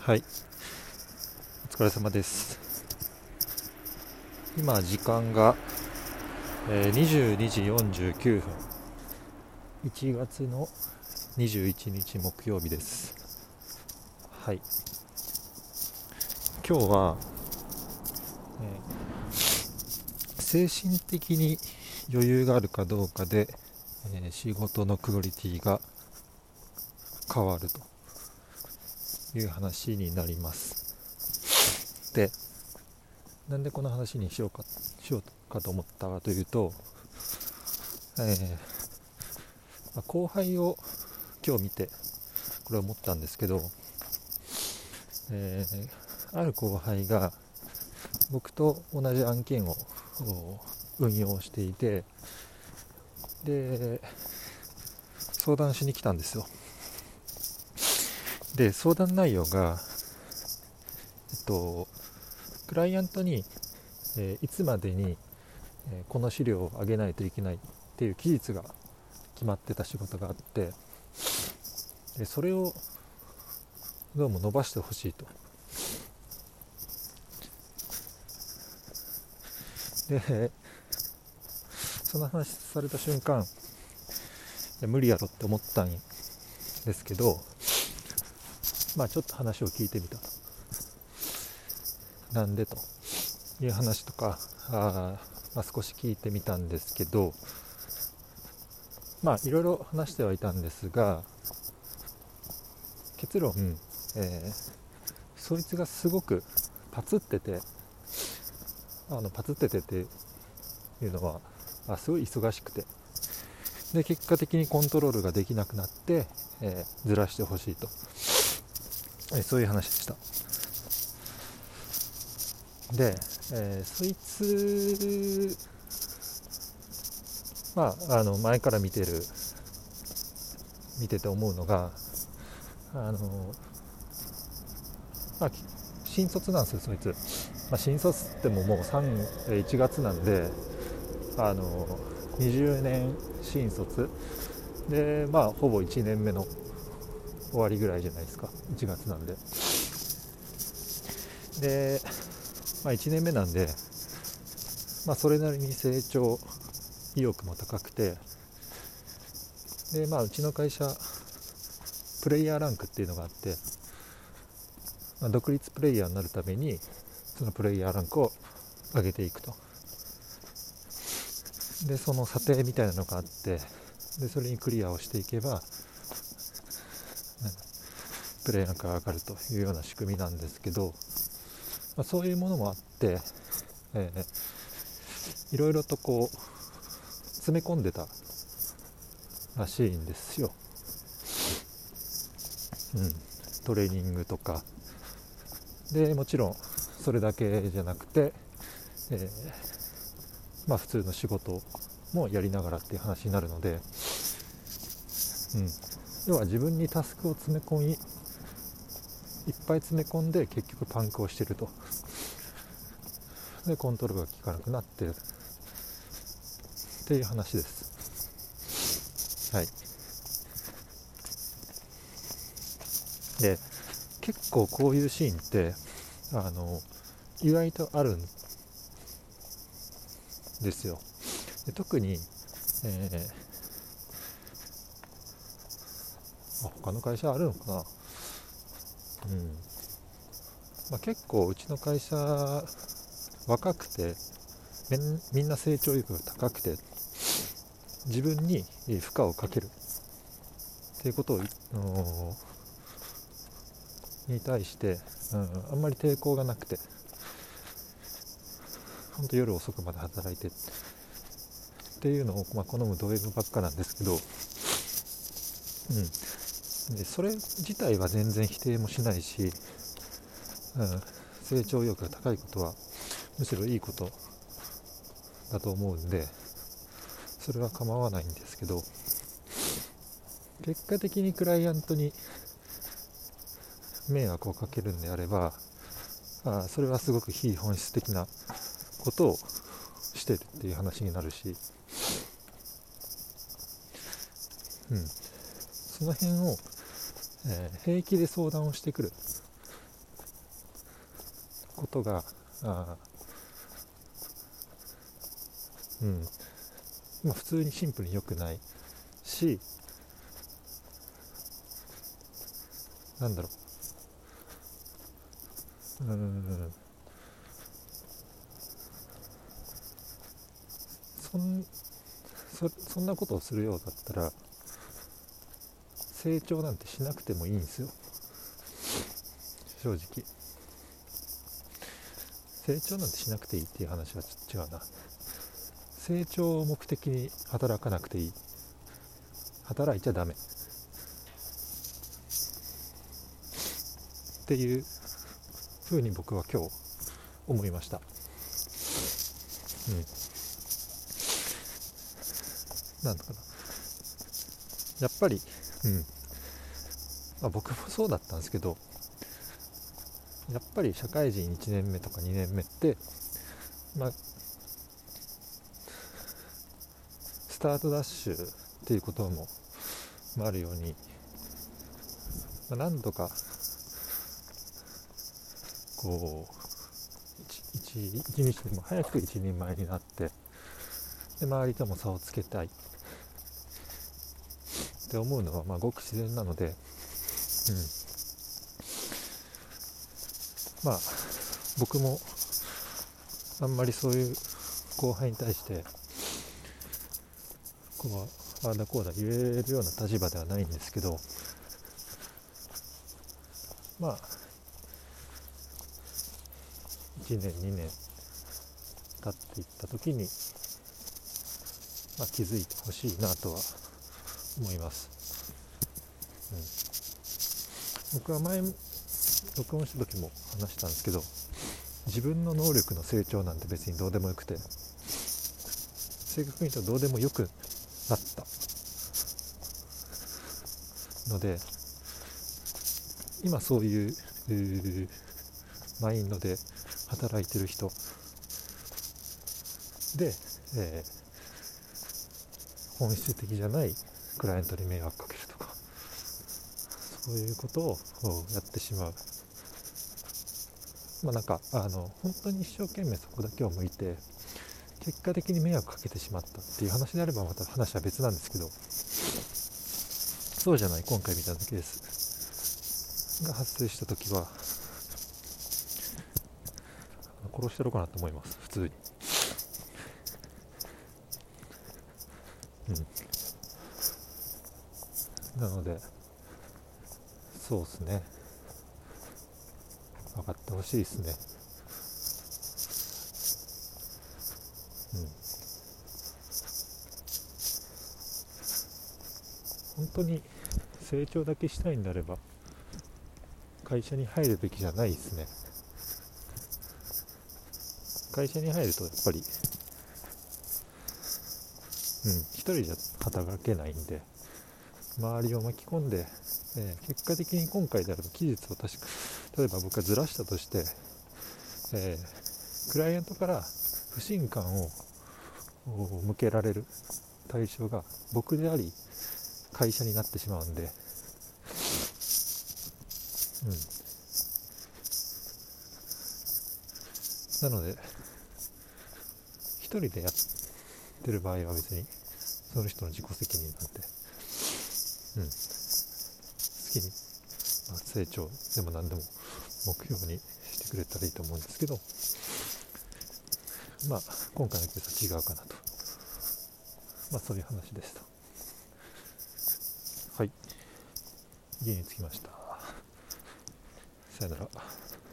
はい、お疲れ様です。今時間が、22時49分、1月の21日木曜日です。はい、今日は、精神的に余裕があるかどうかで、仕事のクオリティが変わるという話になります。で、なんでこの話にしようかと思ったかというと、後輩を今日見てこれ思ったんですけど、ある後輩が僕と同じ案件を運用していて、で相談しに来たんですよ。で相談内容が、クライアントに、いつまでに、この資料を上げないといけないっていう期日が決まってた仕事があって、でそれをどうも伸ばしてほしいと。でその話された瞬間、いや無理やろって思ったんですけど、ちょっと話を聞いてみたと。なんでという話とか少し聞いてみたんですけど、いろいろ話してはいたんですが、結論、そいつがすごくパツっててっていうのはすごい忙しくて、で結果的にコントロールができなくなって、ずらしてほしいと、そういう話でした。で、そいつ前から見てて思うのが、新卒なんですよそいつ。新卒ってもう1月なんで、20年新卒で、ほぼ1年目の終わりぐらいじゃないですか。1月なんで。で、1年目なんで、それなりに成長意欲も高くて、でうちの会社プレイヤーランクっていうのがあって、独立プレイヤーになるためにそのプレイヤーランクを上げていくと。でその査定みたいなのがあって、でそれにクリアをしていけばプレイヤーランクが上がるというような仕組みなんですけど、そういうものもあって、いろいろとこう詰め込んでたらしいんですよ。トレーニングとかで、もちろんそれだけじゃなくて、普通の仕事もやりながらっていう話になるので、要は自分にタスクを詰め込み、いっぱい詰め込んで結局パンクをしてると。でコントロールが効かなくなってるっていう話です。はい。で結構こういうシーンって意外とあるんですよ。で特に、他の会社あるのかな。結構うちの会社若くてみんな成長力が高くて、自分に負荷をかけるっていうことをに対して、あんまり抵抗がなくて、本当夜遅くまで働いてっていうのを、好むド M ばっかなんですけど、でそれ自体は全然否定もしないし、成長意欲が高いことはむしろいいことだと思うんで、それは構わないんですけど、結果的にクライアントに迷惑をかけるんであれば、それはすごく非本質的なことをしてるっていう話になるし、その辺を、平気で相談をしてくることが普通にシンプルに良くないし、なんだろう、そんなことをするようだったら成長なんてしなくてもいいんですよ。正直成長なんてしなくていいっていう話はちょっと違うな。成長を目的に働かなくていい、働いちゃダメっていうふうに僕は今日思いました。なんとかな、やっぱり、僕もそうだったんですけど、やっぱり社会人1年目とか2年目って、スタートダッシュっていうこともあるように、何度かこう一日でも早く一人前になって、で周りとも差をつけたいって思うのはごく自然なので、僕もあんまりそういう後輩に対してああだこうだ言えるような立場ではないんですけど、1年2年経っていった時に、気づいてほしいなとは思います。僕は前録音した時も話したんですけど、自分の能力の成長なんて別にどうでもよくて、正確に言うとどうでもよくなったので、今そういうマインドで働いてる人で、本質的じゃないクライアントに迷惑かけるとか、そういうことをやってしまう。本当に一生懸命そこだけを向いて結果的に迷惑かけてしまったっていう話であればまた話は別なんですけど、そうじゃない今回みたいなケースが発生したときは殺してやろうかなと思います、普通に。なのでそうですね、分かってほしいですね。本当に成長だけしたいんであれば会社に入るべきじゃないですね。会社に入るとやっぱり一人じゃ働けないんで、周りを巻き込んで、結果的に今回であれば期日を例えば僕がずらしたとして、クライアントから不信感を向けられる対象が僕であり会社になってしまうんで、なので一人でやってる場合は別にその人の自己責任なんで、好きに、成長でも何でも目標にしてくれたらいいと思うんですけど、今回のケースは違うかなと、そういう話でした。はい、家に着きました。さよなら。